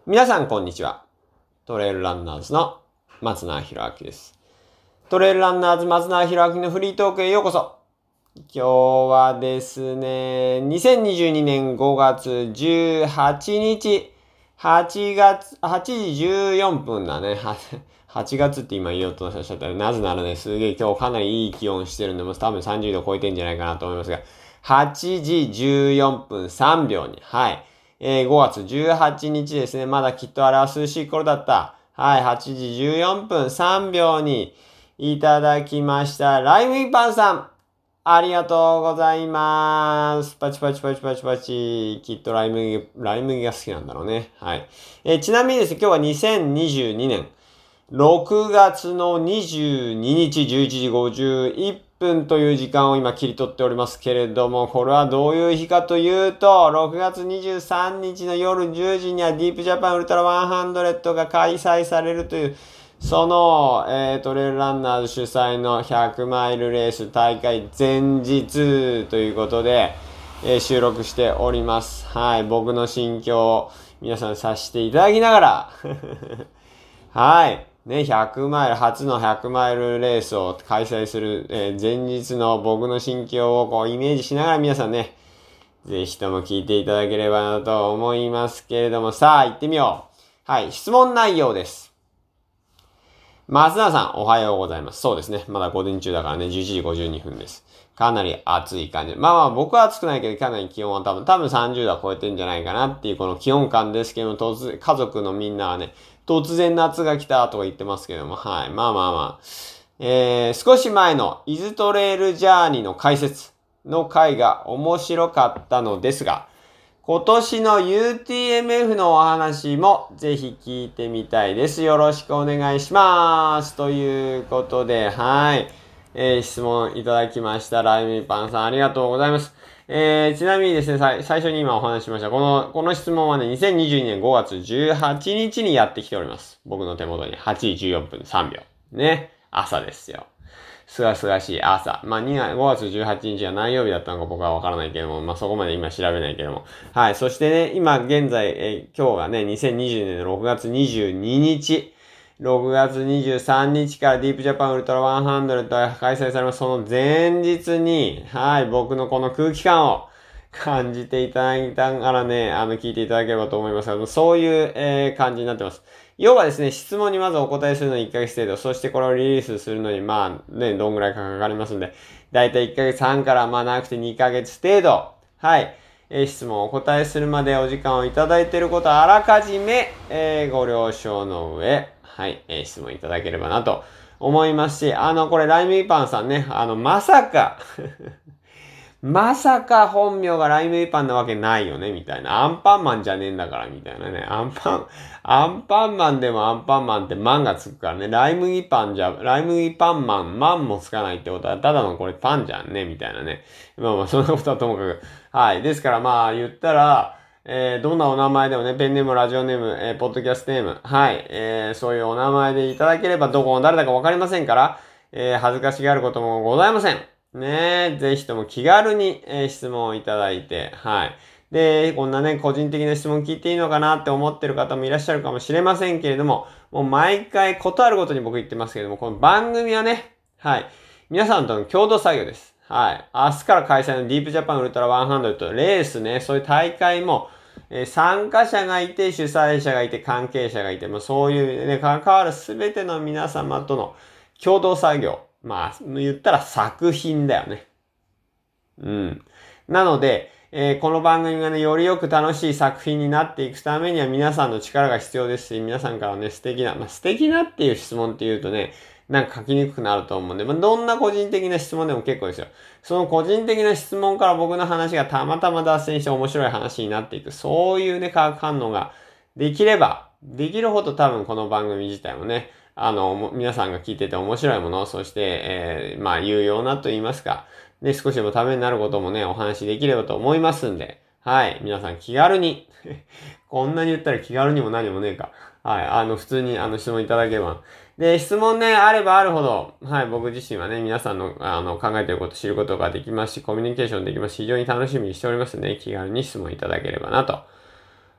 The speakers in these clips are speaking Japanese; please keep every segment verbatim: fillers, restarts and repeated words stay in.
皆さんこんにちは。トレイルランナーズの松永博明です。トレイルランナーズ松永博明のフリートークへようこそ。今日はですね、にせんにじゅうにねんごがつじゅうはちにち、はちがつ、はちじじゅうよんぷんだね。はちがつって今言おうとしちゃったら、なぜならね、すげえ今日かなりいい気温してるんで、もう多分さんじゅうど超えてんじゃないかなと思いますが、はちじじゅうよんぷんさんびょうに、はい。えー、ごがつじゅうはちにちですね。まだきっとあれは涼しい頃だった。はい、はちじじゅうよんぷんさんびょうにいただきました。ライムイパンさん、ありがとうございます。パチパチパチパチパチ。きっとライ麦、ライ麦が好きなんだろうね。はい。えー、ちなみにですね、今日はにせんにじゅうにねんろくがつのにじゅうににちじゅういちじごじゅういっぷんという時間を今切り取っておりますけれども、これはどういう日かというと、ろくがつにじゅうさんにちの夜じゅうじにはディープジャパンウルトラひゃくが開催されるという、その、えー、トレイルランナーズ主催のひゃくマイルレース大会前日ということで、えー、収録しております。はい、僕の心境を皆さん察していただきながら、はい。ね、ひゃくマイル、初のひゃくマイルレースを開催する、えー、前日の僕の心境をこうイメージしながら皆さんね、ぜひとも聞いていただければなと思いますけれども、さあ行ってみよう。はい、質問内容です。松永さん、おはようございます。そうですね。まだ午前中だからね、じゅういちじごじゅうにふんです。かなり暑い感じ。まあまあ僕は暑くないけど、かなり気温は多分、多分さんじゅうど超えてんじゃないかなっていうこの気温感ですけども、突然、家族のみんなはね、突然夏が来たとか言ってますけども、はい。まあまあまあ。えー、少し前のイズトレイルジャーニーの解説の回が面白かったのですが、今年の ユーティーエムエフ のお話もぜひ聞いてみたいです。よろしくお願いします。ということで、はい。えー、質問いただきました。ライミーパンさんありがとうございます。えー、ちなみにですね、最初に今お話ししました。この、この質問はね、にせんにじゅうにねんごがつじゅうはちにちにやってきております。僕の手元にはちじじゅうよんぷんさんびょう。ね。朝ですよ。すがすがしい朝。まあ、ごがつじゅうはちにちは何曜日だったのか僕はわからないけども、まあ、そこまで今調べないけども。はい。そしてね、今現在、えー、今日がね、にせんにじゅうねんのろくがつにじゅうににち。ろくがつにじゅうさんにちからディープジャパンウルトラひゃくが開催されます。その前日に、はい、僕のこの空気感を感じていただいたからね、あの、聞いていただければと思いますが、そういう、えー、感じになってます。要はですね、質問にまずお答えするのにいっかげつ程度、そしてこれをリリースするのに、まあ、ね、どんぐらいかかかりますんで、だいたいいっかげつはんから、まあ、長くてにかげつ程度、はい、えー、質問をお答えするまでお時間をいただいていることをあらかじめ、えー、ご了承の上、はい、えー、質問いただければなと思いますし、あの、これ、ライムイパンさんね、あの、まさか、まさか本名がライムイパンなわけないよね、みたいな。アンパンマンじゃねえんだから、みたいなね。アンパン、アンパンマンでもアンパンマンってマンがつくからね。ライ麦パンじゃ、ライ麦パンマン、マンもつかないってことは、ただのこれパンじゃんね、みたいなね。まあまあ、そんなことはともかく。はい。ですからまあ、言ったら、えー、どんなお名前でもね、ペンネーム、ラジオネーム、えー、ポッドキャストネーム、はい。えー、そういうお名前でいただければ、どこの誰だかわかりませんから、えー、恥ずかしがることもございません。ねえ、ぜひとも気軽に、えー、質問をいただいて、はい。で、こんなね、個人的な質問聞いていいのかなって思ってる方もいらっしゃるかもしれませんけれども、もう毎回ことあるごとに僕言ってますけれども、この番組はね、はい。皆さんとの共同作業です。はい。明日から開催のディープジャパンウルトラひゃくレースね、そういう大会も、えー、参加者がいて、主催者がいて、関係者がいて、もうそういうね、関わるすべての皆様との共同作業。まあ、言ったら作品だよね。うん。なので、えー、この番組がね、よりよく楽しい作品になっていくためには皆さんの力が必要ですし、皆さんからね、素敵な、まあ素敵なっていう質問って言うとね、なんか書きにくくなると思うんで、まあ、どんな個人的な質問でも結構ですよ。その個人的な質問から僕の話がたまたま脱線して面白い話になっていく。そういうね、化学反応ができれば、できるほど多分この番組自体もね、あの、皆さんが聞いてて面白いもの、そして、えー、まあ、有用なと言いますか、で、少しでもためになることもね、お話できればと思いますんで、はい、皆さん気軽に、こんなに言ったら気軽にも何もねえか。はい、あの、普通に、あの、質問いただければ。で、質問ね、あればあるほど、はい、僕自身はね、皆さんの、あの、考えていること、知ることができますし、コミュニケーションできますし、非常に楽しみにしておりますので、気軽に質問いただければなと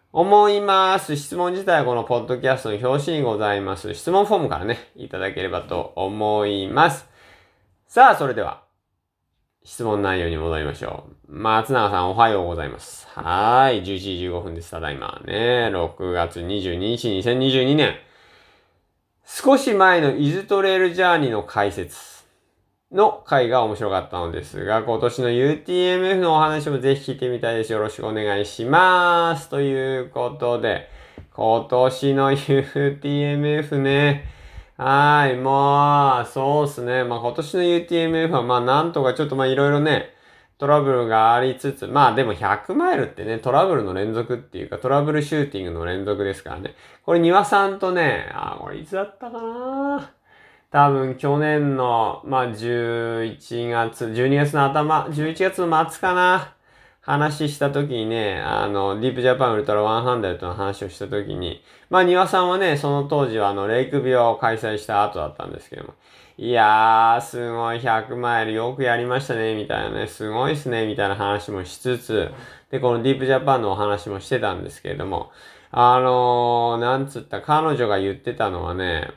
思います。質問自体はこのポッドキャストの表紙にございます。質問フォームからね、いただければと思います。さあ、それでは、質問内容に戻りましょう。松永さんおはようございます。はーい、じゅういちじじゅうごふんです。ただいまね、ろくがつにじゅうににち、にせんにじゅうにねん。少し前のイズトレイルジャーニーの解説の回が面白かったのですが、今年の ユーティーエムエフ のお話もぜひ聞いてみたいです。よろしくお願いします。ということで、今年の ユーティーエムエフ ね、はい、まあ、そうっすね。まあ今年の ユーティーエムエフ はまあなんとかちょっとまあいろいろね、トラブルがありつつ、まあでもひゃくマイルってね、トラブルの連続っていうか、トラブルシューティングの連続ですからね。これ庭さんとね、あ、これいつだったかな多分去年の、まあじゅういちがつ、じゅうにがつの頭、じゅういちがつの末かな話した時にね、あの、ディープジャパンウルトラひゃくの話をした時に、まあ、庭さんはね、その当時はあの、レイクビュアを開催した後だったんですけども、いやー、すごいひゃくマイルよくやりましたね、みたいなね、すごいっすね、みたいな話もしつつ、で、このディープジャパンのお話もしてたんですけれども、あのー、なんつった、彼女が言ってたのはね、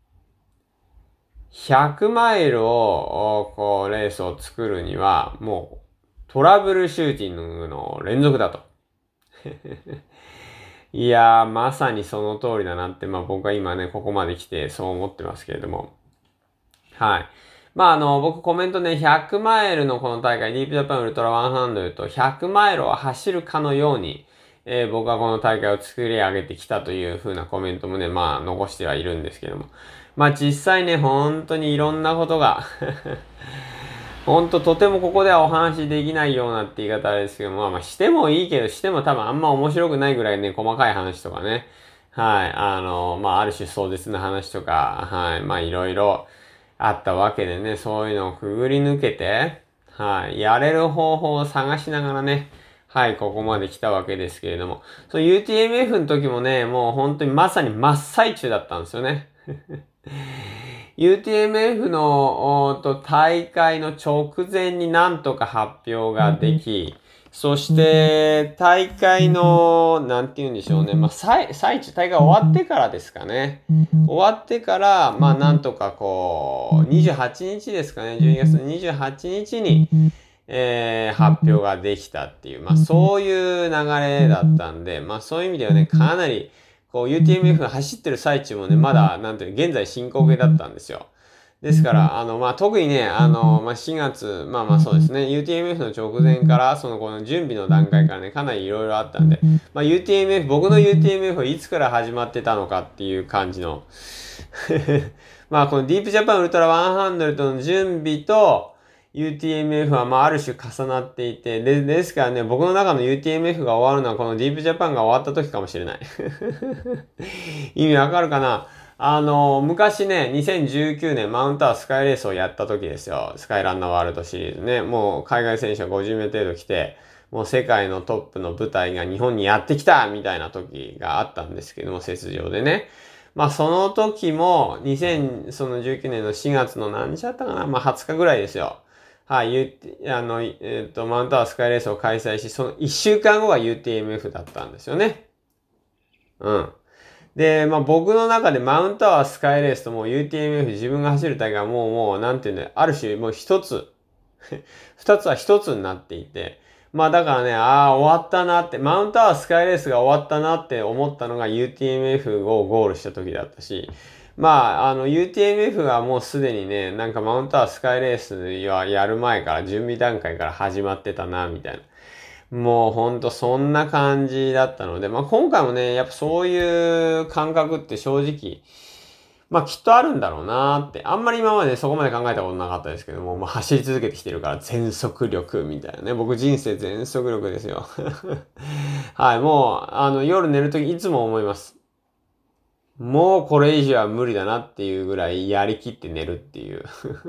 ひゃくマイルを、こう、レースを作るには、もう、トラブルシューティングの連続だと。いやー、まさにその通りだなって、まあ僕は今ね、ここまで来てそう思ってますけれども。はい。まああの、僕コメントね、ひゃくマイルのこの大会、ディープジャパンウルトラひゃくとひゃくマイルを走るかのように、えー、僕はこの大会を作り上げてきたという風なコメントもね、まあ残してはいるんですけども。まあ実際ね、本当にいろんなことがほんととてもここではお話できないようなって言い方ですけども、まあまあしてもいいけど、しても多分あんま面白くないぐらいね、細かい話とかね。はい。あの、まあある種壮絶な話とか、はい。まあいろいろあったわけでね、そういうのをくぐり抜けて、はい。やれる方法を探しながらね、はい、ここまで来たわけですけれども。その ユーティーエムエフ の時もね、もう本当にまさに真っ最中だったんですよね。ユーティーエムエフ のと大会の直前になんとか発表ができ、そして大会の、なんて言うんでしょうね、まあ、最、最中、大会終わってからですかね。終わってから、まあ、なんとかこう、にじゅうはちにちですかね、じゅうにがつのにじゅうはちにちに、えー、発表ができたっていう、まあ、そういう流れだったんで、まあ、そういう意味ではね、かなり、こう ユーティーエムエフ が走ってる最中もね、まだ、なんていうの、現在進行形だったんですよ。ですから、あの、まあ、特にね、あの、まあ、しがつ、まあまあそうですね、ユーティーエムエフ の直前から、その、この準備の段階からね、かなりいろいろあったんで、まあ、ユーティーエムエフ、僕の ユーティーエムエフ はいつから始まってたのかっていう感じのまあ、このディープジャパンウルトラひゃくの準備と、ユーティーエムエフ はまあある種重なっていて、で、ですからね、僕の中の ユーティーエムエフ が終わるのはこのディープジャパンが終わった時かもしれない。意味わかるかなあの、昔ね、にせんじゅうきゅうねんマウントアースカイレースをやった時ですよ。スカイランナーワールドシリーズね。もう海外選手がごじゅうめい程度来て、もう世界のトップの舞台が日本にやってきたみたいな時があったんですけども、雪上でね。まあその時もにせんじゅうきゅうねんのしがつの何日だったかなまあはつかぐらいですよ。はい、言って、あの、えっと、マウントアースカイレースを開催し、そのいっしゅうかんごが ユーティーエムエフ だったんですよね。うん。で、まあ僕の中でマウントアースカイレースともう ユーティーエムエフ 自分が走る大会はもうもう、なんていうんだよ、ある種もう一つ、二つは一つになっていて、まあだからね、ああ、終わったなって、マウントアースカイレースが終わったなって思ったのが ユーティーエムエフ をゴールした時だったし、まあ、あの、ユーティーエムエフ はもうすでにね、なんかマウントアースカイレースはやる前から、準備段階から始まってたな、みたいな。もうほんとそんな感じだったので、まあ今回もね、やっぱそういう感覚って正直、まあきっとあるんだろうなーって。あんまり今までそこまで考えたことなかったですけども、もう走り続けてきてるから全速力みたいなね。僕人生全速力ですよ。はい、もう、あの、夜寝るときいつも思います。もうこれ以上は無理だなっていうぐらいやりきって寝るっていう。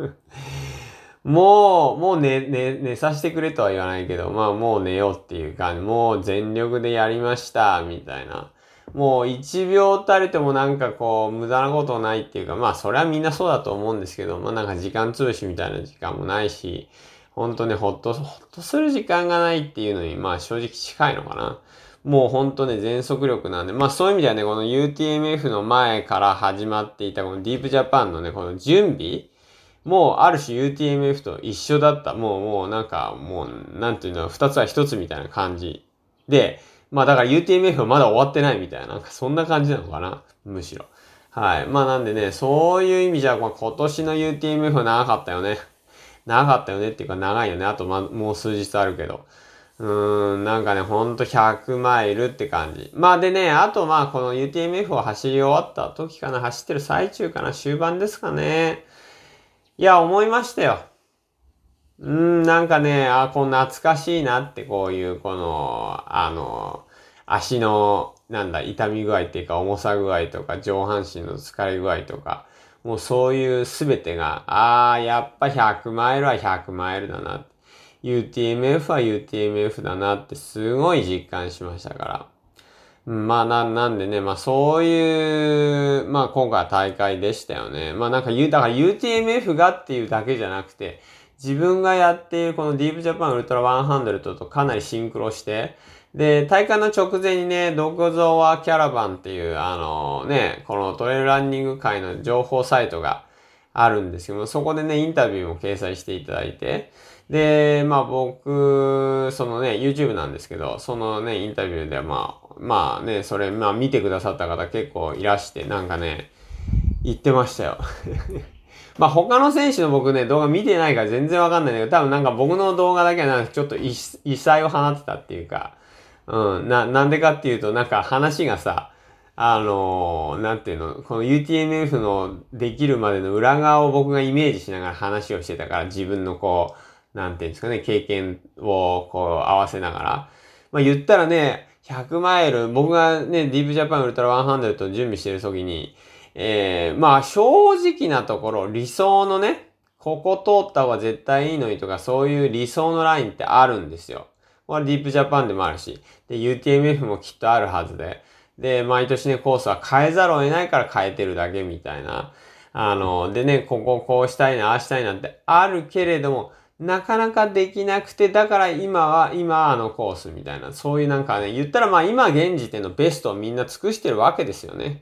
もう、もう寝、寝、寝させてくれとは言わないけど、まあもう寝ようっていう感じ。もう全力でやりました、みたいな。もう一秒たりともなんかこう、無駄なことないっていうか、まあそれはみんなそうだと思うんですけど、まあなんか時間潰しみたいな時間もないし、ほんとね、ほっと、ほっとする時間がないっていうのに、まあ正直近いのかな。 もうほんとね、全速力なんで、まあそういう意味ではね、この ユーティーエムエフ の前から始まっていたこのディープジャパンのね、この準備もうある種 ユーティーエムエフ と一緒だった。もう、もうなんか、もう、なんていうの、二つは一つみたいな感じ。で、まあだから ユーティーエムエフ はまだ終わってないみたいな、なんかそんな感じなのかな。むしろ。はい。まあなんでね、そういう意味じゃ、まあ、今年の ユーティーエムエフ は長かったよね。長かったよねっていうか長いよね。あとま、もう数日あるけど。うーん、なんかね、ほんとひゃくマイルって感じ。まあでね、あとまあこの ユーティーエムエフ を走り終わった時かな、走ってる最中かな、終盤ですかね。いや、思いましたよ。うーん、なんかね、あ、こう懐かしいなってこういう、この、あの、足の、なんだ、痛み具合っていうか重さ具合とか上半身の疲れ具合とか、もうそういうすべてが、ああ、やっぱひゃくマイルはひゃくマイルだな。ユーティーエムエフ は ユーティーエムエフ だなってすごい実感しましたから。うん、まあな、なんでね、まあそういう、まあ今回は大会でしたよね。まあなんか言う、だから ユーティーエムエフ がっていうだけじゃなくて、自分がやっているこのディープジャパンウルトラひゃくとかなりシンクロして、で、大会の直前にね、ドクゾワキャラバンっていう、あのね、このトレイルランニング界の情報サイトがあるんですけども、そこでね、インタビューも掲載していただいて、で、まあ僕、そのね、YouTube なんですけど、そのね、インタビューでまあ、まあね、それ、まあ見てくださった方結構いらして、なんかね、言ってましたよ。まあ他の選手の僕ね、動画見てないから全然わかんないんだけど、多分なんか僕の動画だけはなんかちょっと異彩を放ってたっていうか、うん、な、なんでかっていうと、なんか話がさ、あのー、なんていうの、この ユーティーエムエフ のできるまでの裏側を僕がイメージしながら話をしてたから、自分のこう、なんていうんですかね、経験をこう合わせながら。まあ言ったらね、ひゃくマイル、僕がね、ディープジャパンウルトラひゃく準備してる時に、えー、まあ正直なところ、理想のね、ここ通った方が絶対いいのにとか、そういう理想のラインってあるんですよ。これディープジャパンでもあるし、で、ユーティーエムエフ もきっとあるはずで、で、毎年ね、コースは変えざるを得ないから変えてるだけみたいな。あの、でね、こここうしたいな、ああしたいなんてあるけれども、なかなかできなくて、だから今は、今はあのコースみたいな、そういうなんかね、言ったらまあ今現時点のベストをみんな尽くしてるわけですよね。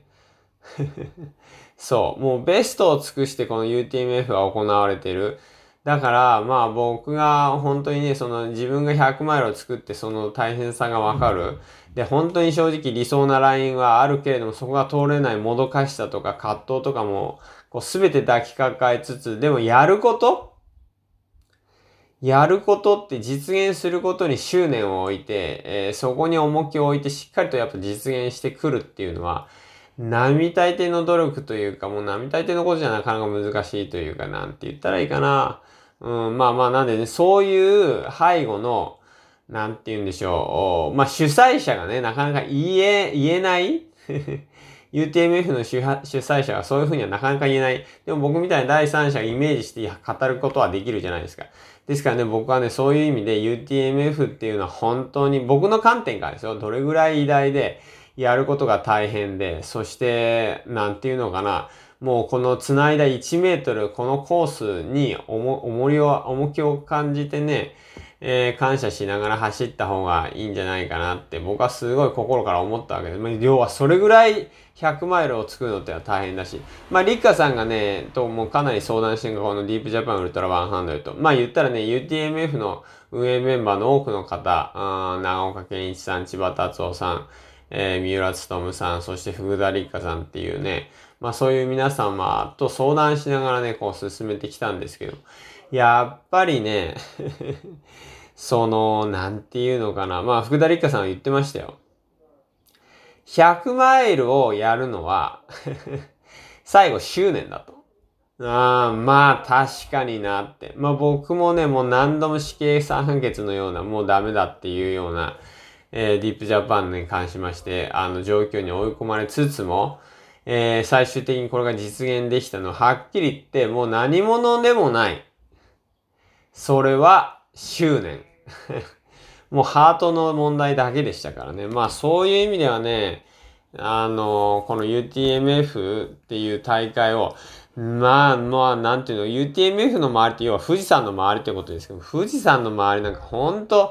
そう。もうベストを尽くしてこの ユーティーエムエフ が行われてる。だから、まあ僕が本当にね、その自分がひゃくマイルを作ってその大変さがわかる。で、本当に正直理想なラインはあるけれども、そこが通れないもどかしさとか葛藤とかも、こうすべて抱きかかえつつ、でもやることやることって実現することに執念を置いて、えー、そこに重きを置いてしっかりとやっぱ実現してくるっていうのは、並大抵の努力というか、もう並大抵のことじゃなかなか難しいというか、なんて言ったらいいかな。うん、まあまあなんでね、そういう背後の、なんて言うんでしょう。まあ主催者がね、なかなか言え、言えないユーティーエムエフ の主主催者がそういうふうにはなかなか言えない。でも僕みたいな第三者がイメージして語ることはできるじゃないですか。ですからね、僕はね、そういう意味で ユーティーエムエフ っていうのは本当に僕の観点からですよ。どれぐらい偉大で、やることが大変で、そして、なんていうのかな。もうこの繋いだいちメートル、このコースに重、重りを、重きを感じてね、えー、感謝しながら走った方がいいんじゃないかなって僕はすごい心から思ったわけです。要はそれぐらいひゃくマイルを作るのってのは大変だし、まあリッカさんがね、ともうかなり相談してるのがこのディープジャパンウルトラひゃくと、まあ言ったらね、ユーティーエムエフ の運営メンバーの多くの方、あ長岡健一さん、千葉達夫さん、えー、三浦努さん、そして福田立花さんっていうね、まあそういう皆様と相談しながらね、こう進めてきたんですけど、やっぱりね、その、なんていうのかな。まあ、福田立花さんは言ってましたよ。ひゃくマイルをやるのは最後執念だと。ああ、まあ確かになって。まあ僕もね、もう何度も死刑判決のような、もうダメだっていうような、えー、ディープジャパンに関しまして、あの状況に追い込まれつつも、えー、最終的にこれが実現できたのは、はっきり言って、もう何者でもない。それは執念。もうハートの問題だけでしたからね。まあそういう意味ではね、あの、この ユーティーエムエフ っていう大会を、まあまあ、なんていうの、ユーティーエムエフ の周りって要は富士山の周りってことですけど、富士山の周りなんかほんと、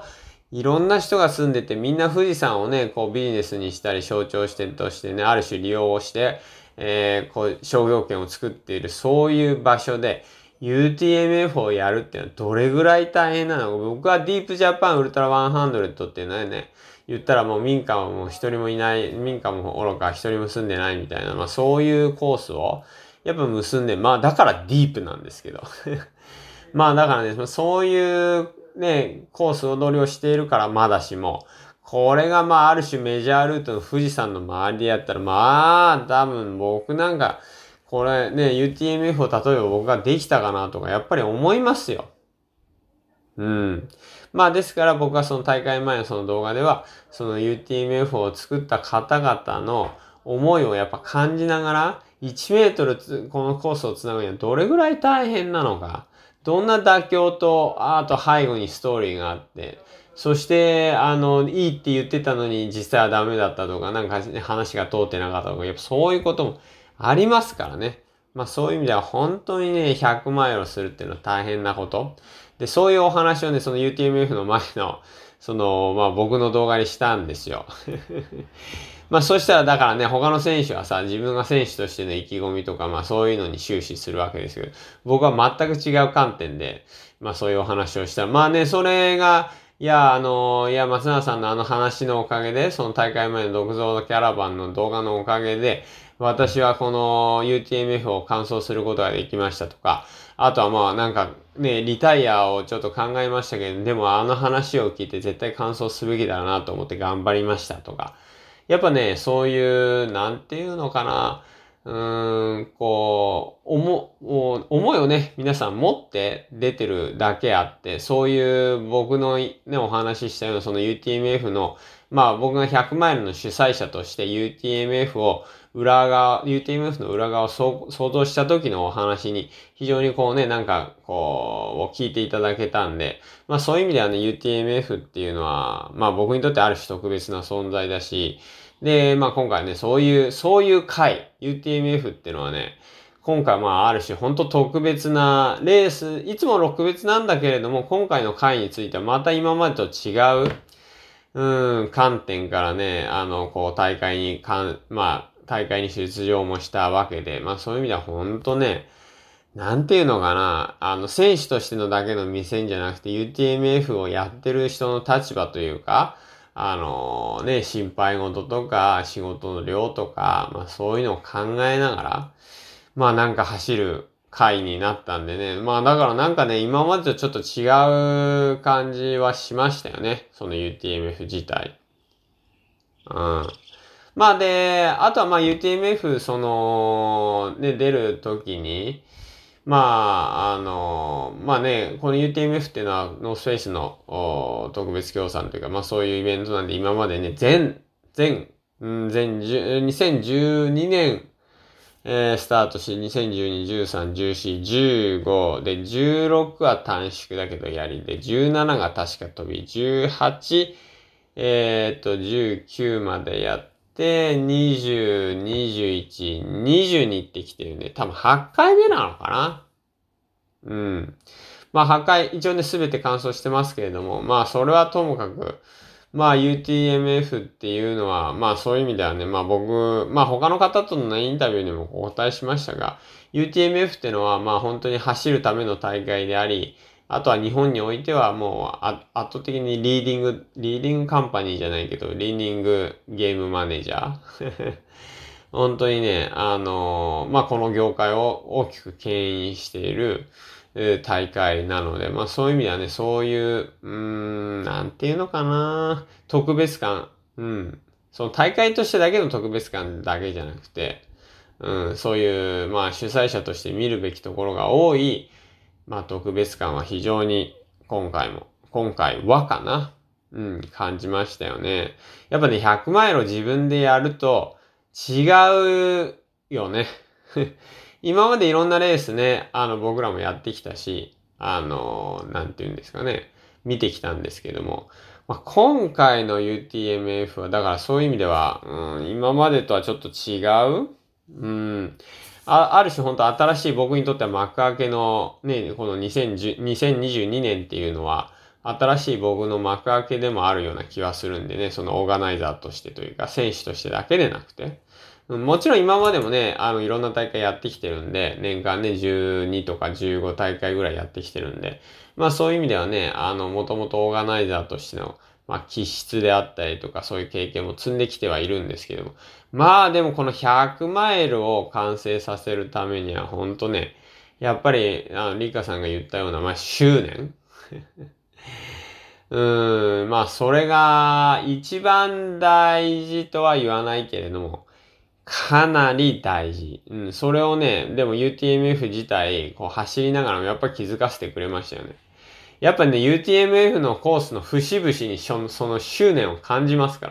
いろんな人が住んでて、みんな富士山をね、こうビジネスにしたり象徴してとしてね、ある種利用をして、えー、こう商業権を作っている、そういう場所で、ユーティーエムエフ をやるっていうのはどれぐらい大変なのか。僕はディープジャパンウルトラひゃくっていうのはね、言ったらもう民家はもう一人もいない、民家も愚か一人も住んでないみたいな、まあそういうコースを、やっぱ結んで、まあだからディープなんですけど。まあだからね、そういうね、コースを乗りをしているからまだしも、これがまあある種メジャールートの富士山の周りでやったら、まあ多分僕なんか、これね、ユーティーエムエフ を例えば僕ができたかなとか、やっぱり思いますよ。うん。まあですから僕はその大会前のその動画では、その ユーティーエムエフ を作った方々の思いをやっぱ感じながら、いちメートルつこのコースをつなぐにはどれぐらい大変なのか、どんな妥協と、あと背後にストーリーがあって、そして、あの、いいって言ってたのに実際はダメだったとか、なんか話が通ってなかったとか、やっぱそういうこともありますからね。まあそういう意味では本当にね、ひゃくマイルをするっていうのは大変なこと。で、そういうお話をね、その ユーティーエムエフ の前の、その、まあ僕の動画にしたんですよ。まあそしたらだからね、他の選手はさ、自分が選手としての意気込みとか、まあそういうのに終始するわけですけど、僕は全く違う観点で、まあそういうお話をしたら、まあね、それが、いや、あの、いや、松永さんのあの話のおかげで、その大会前の独造のキャラバンの動画のおかげで、私はこの ユーティーエムエフ を完走することができましたとか、あとはまあなんかね、リタイアをちょっと考えましたけど、でもあの話を聞いて絶対完走すべきだなと思って頑張りましたとか。やっぱね、そういう、なんていうのかな、うーん、こう、思、思いをね、皆さん持って出てるだけあって、そういう僕のね、お話ししたようなその ユーティーエムエフ の、まあ僕がひゃくマイルの主催者として ユーティーエムエフ を裏側、ユーティーエムエフ の裏側を想像した時のお話に非常にこうね、なんかこう、聞いていただけたんで、まあそういう意味ではね、ユーティーエムエフ っていうのは、まあ僕にとってある種特別な存在だし、で、まあ今回ね、そういう、そういう回、ユーティーエムエフ っていうのはね、今回まあある種本当特別なレース、いつも特別なんだけれども、今回の回についてはまた今までと違う、うん、観点からね、あの、こう大会にかん、まあ大会に出場もしたわけで、まあそういう意味では本当ね、なんていうのかな、あの、選手としてのだけの目線じゃなくて ユーティーエムエフ をやってる人の立場というか、あのね、心配事とか、仕事の量とか、まあそういうのを考えながら、まあなんか走る回になったんでね。まあだからなんかね、今までとちょっと違う感じはしましたよね。その ユーティーエムエフ 自体。うん。まあで、あとはまあ ユーティーエムエフ、その、ね、出るときに、まあ、あの、まあね、この ユーティーエムエフ っていうのは、ノースフェイスの特別協賛というか、まあそういうイベントなんで、今までね、全、全、うん、全、にせんじゅうにねん、えー、スタートし、にせんじゅうに、じゅうさん、じゅうよん、じゅうご、で、じゅうろくは短縮だけどやりで、じゅうななが確か飛び、じゅうはち、えー、っと、じゅうきゅうまでやって、にじゅう、にじゅういち、にじゅうにってきてるね。多分はちかいめなのかな。うん。まあはちかい、一応ね、すべて完走してますけれども、まあそれはともかく、まあ ユーティーエムエフ っていうのは、まあそういう意味ではね、まあ僕、まあ他の方とのね、インタビューにもお答えしましたが、ユーティーエムエフ っていうのは、まあ本当に走るための大会であり、あとは日本においてはもう圧倒的にリーディング、リーディングカンパニーじゃないけど、リーディングゲームマネージャー。本当にね、あのー、まあこの業界を大きく牽引している、大会なので、まあそういう意味ではね、そういう、うーん、なんていうのかな、特別感、うん。その大会としてだけの特別感だけじゃなくて、うん、そういう、まあ主催者として見るべきところが多い、まあ特別感は非常に今回も、今回はかな、うん、感じましたよね。やっぱね、ひゃくマイルを自分でやると違うよね。今までいろんなレースね、あの、僕らもやってきたし、あの、なんて言うんですかね、見てきたんですけども、まあ、今回の ユーティーエムエフ は、だからそういう意味では、うん、今までとはちょっと違う、うん、あある種本当新しい僕にとっては幕開けのね、このにせんじゅう、にせんにじゅうにねんっていうのは、 新しい僕の幕開けでもあるような気はするんでね、そのオーガナイザーとしてというか、選手としてだけでなくて、もちろん今までもね、あの、いろんな大会やってきてるんで、年間ね、じゅうにとかじゅうご大会ぐらいやってきてるんで、まあそういう意味ではね、あの、もともとオーガナイザーとしての、まあ気質であったりとか、そういう経験も積んできてはいるんですけども、まあでもこのひゃくマイルを完成させるためには、ほんとね、やっぱり、あの、リカさんが言ったような、まあ執念うーん、まあそれが一番大事とは言わないけれども、かなり大事。うん、それをね、でも ユーティーエムエフ 自体、こう走りながらもやっぱり気づかせてくれましたよね。やっぱね、ユーティーエムエフ のコースの節々にその執念を感じますから。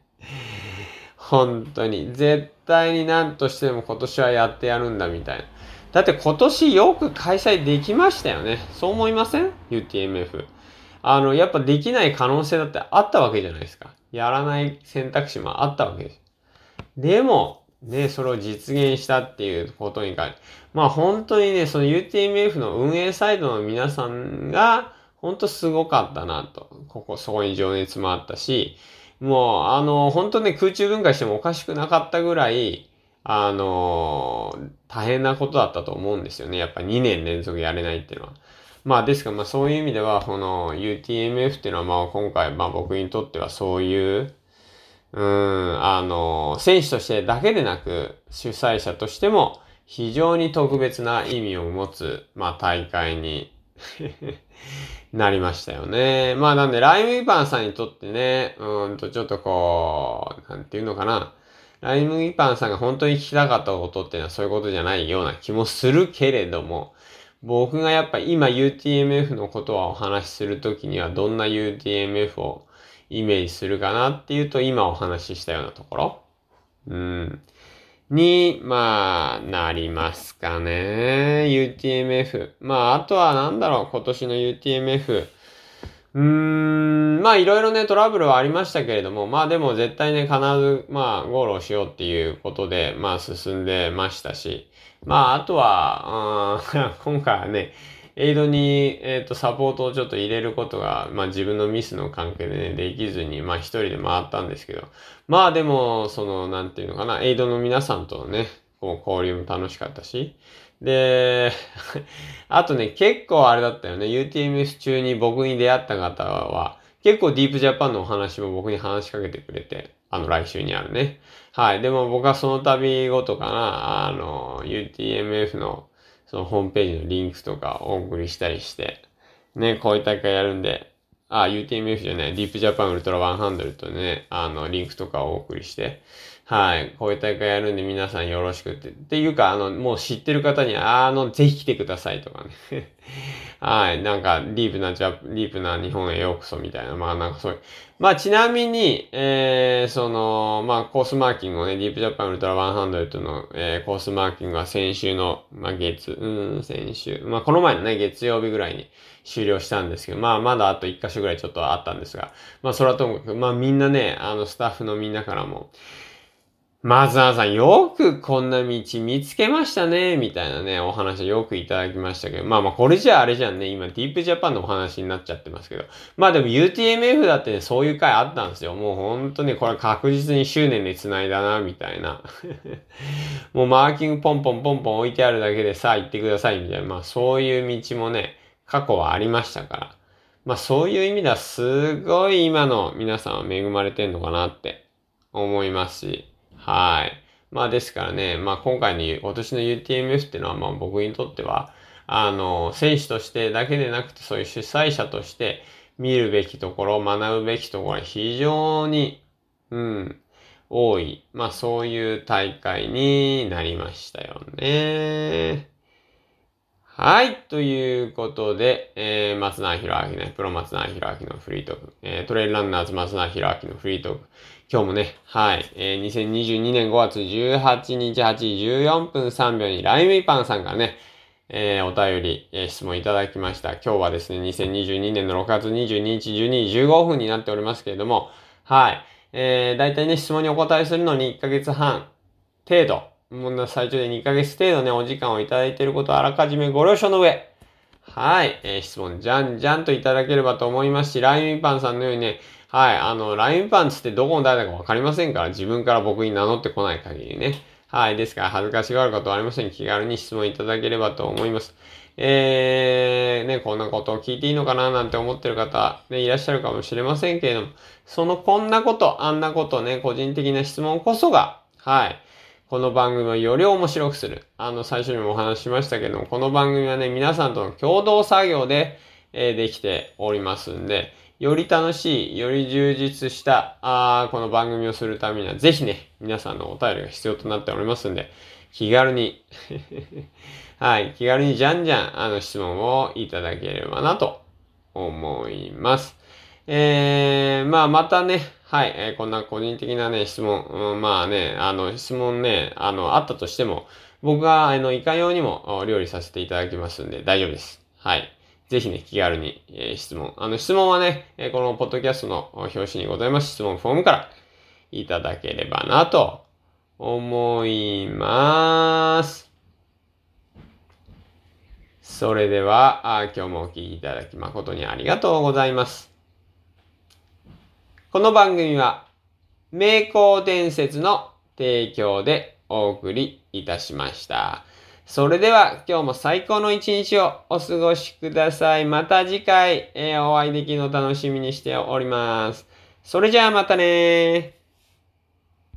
本当に。絶対に何としても今年はやってやるんだみたいな。だって今年よく開催できましたよね。そう思いません ?ユーティーエムエフ。あの、やっぱできない可能性だってあったわけじゃないですか。やらない選択肢もあったわけです。でも、ね、それを実現したっていうことに関して、まあ本当にね、その ユーティーエムエフ の運営サイドの皆さんが、本当すごかったなと。ここ、そこに情熱もあったし、もう、あの、本当ね、空中分解してもおかしくなかったぐらい、あの、大変なことだったと思うんですよね。やっぱにねん連続やれないっていうのは。まあ、ですから、まあそういう意味では、この ユーティーエムエフ っていうのは、まあ今回、まあ僕にとってはそういう、うーん、あの、選手としてだけでなく、主催者としても非常に特別な意味を持つ、まあ大会になりましたよね。まあなんで、ライムイパンさんにとってね、うーんとちょっとこう、なんていうのかな。ライムイパンさんが本当に聞きたかったことっていうのはそういうことじゃないような気もするけれども、僕がやっぱ今 ユーティーエムエフ のことをお話しするときにはどんな ユーティーエムエフ をイメージするかなっていうと今お話ししたようなところ、うん、に、まあ、なりますかね。ユーティーエムエフ。まあ、あとはなんだろう、今年の ユーティーエムエフ。うーん、まあいろいろねトラブルはありましたけれども、まあでも絶対ね必ずまあゴールをしようっていうことでまあ進んでましたし、まああとは、今回はね、エイドに、えっと、サポートをちょっと入れることが、まあ自分のミスの関係でね、できずに、まあ一人で回ったんですけど、まあでも、その、なんていうのかな、エイドの皆さんとのね、こう交流も楽しかったし、で、あとね、結構あれだったよね。ユーティーエムエフ 中に僕に出会った方は、結構ディープジャパンのお話も僕に話しかけてくれて、あの来週にあるね。はい。でも僕はその度ごとかな、あの、ユーティーエムエフ のそのホームページのリンクとかお送りしたりして、ね、こういう大会やるんで、あ、ユーティーエムエフ じゃない、ディープジャパンウルトラひゃくとね、あの、リンクとかをお送りして、はい。こういう大会やるんで皆さんよろしくって。っていうか、あの、もう知ってる方に、あの、ぜひ来てくださいとかね。はい。なんか、ディープなジャ、ディープな日本へようこそみたいな。まあなんかそういう。まあちなみに、えー、その、まあコースマーキングをね、ディープジャパンウルトラひゃくの、えー、コースマーキングは先週の、まあ月、うん、先週。まあこの前のね、月曜日ぐらいに終了したんですけど、まあまだあと一箇所ぐらいちょっとあったんですが、まあそれはともかく、まあみんなね、あのスタッフのみんなからも、マザーさん、よくこんな道見つけましたね、みたいなね、お話をよくいただきましたけど、まあまあ、これじゃあれじゃんね、今、ディープジャパンのお話になっちゃってますけど、まあでも ユーティーエムエフ だってね、そういう回あったんですよ。もうほんとね、これ確実に執念で繋いだな、みたいな。もうマーキングポンポンポンポン置いてあるだけでさあ行ってください、みたいな。まあそういう道もね、過去はありましたから。まあそういう意味ではすごい今の皆さんは恵まれてんのかなって思いますし、はい。まあですからね、まあ今回の今年の ユーティーエムエフ っていうのはまあ僕にとっては、あの、選手としてだけでなくてそういう主催者として見るべきところ、学ぶべきところが非常に、うん、多い。まあそういう大会になりましたよね。はい。ということで、えー、松永博明ね、プロ松永博明のフリートーク、えー、トレイルランナーズ松永博明のフリートーク、今日もね、はい、えー、にせんにじゅうにねんごがつじゅうはちにちはちじじゅうよんぷんさんびょうにライムイパンさんからね、えー、お便り、えー、質問いただきました。今日はですね、にせんにじゅうにねんのろくがつにじゅうににちじゅうにじじゅうごふんになっておりますけれども、はい、えー、だいたいね、質問にお答えするのにいっかげつはん程度、もう最長でにかげつ程度ね、お時間をいただいていることをあらかじめご了承の上、 はい、えー、質問じゃんじゃんといただければと思いますし、ラインパンさんのようにね、はい、あの、ラインパンつってどこの誰だかわかりませんから、自分から僕に名乗ってこない限りね。はい、ですから恥ずかしがることはありません。気軽に質問いただければと思います。えー、ね、こんなことを聞いていいのかななんて思ってる方、ね、いらっしゃるかもしれませんけれども、そのこんなこと、あんなことね、個人的な質問こそが、はい、この番組をより面白くする。あの、最初にもお話ししましたけども、この番組はね、皆さんとの共同作業で、えー、できておりますんで、より楽しい、より充実した、あこの番組をするためには、ぜひね、皆さんのお便りが必要となっておりますんで、気軽にはい、気軽にじゃんじゃん、あの、質問をいただければなと思います。えー、まあ、またね、はい、えー、こんな個人的なね、質問、うん、まあね、あの、質問ね、あの、あったとしても、僕が、あの、いかようにも料理させていただきますんで、大丈夫です。はい。ぜひね、気軽に、えー、質問。あの、質問はね、えー、このポッドキャストの表紙にございます質問フォームからいただければなと思います。それでは、あ今日もお聞きいただき誠にありがとうございます。この番組は、名工伝説の提供でお送りいたしました。それでは今日も最高の一日をお過ごしください。また次回、えー、お会いできるのを楽しみにしております。それじゃあまたねー。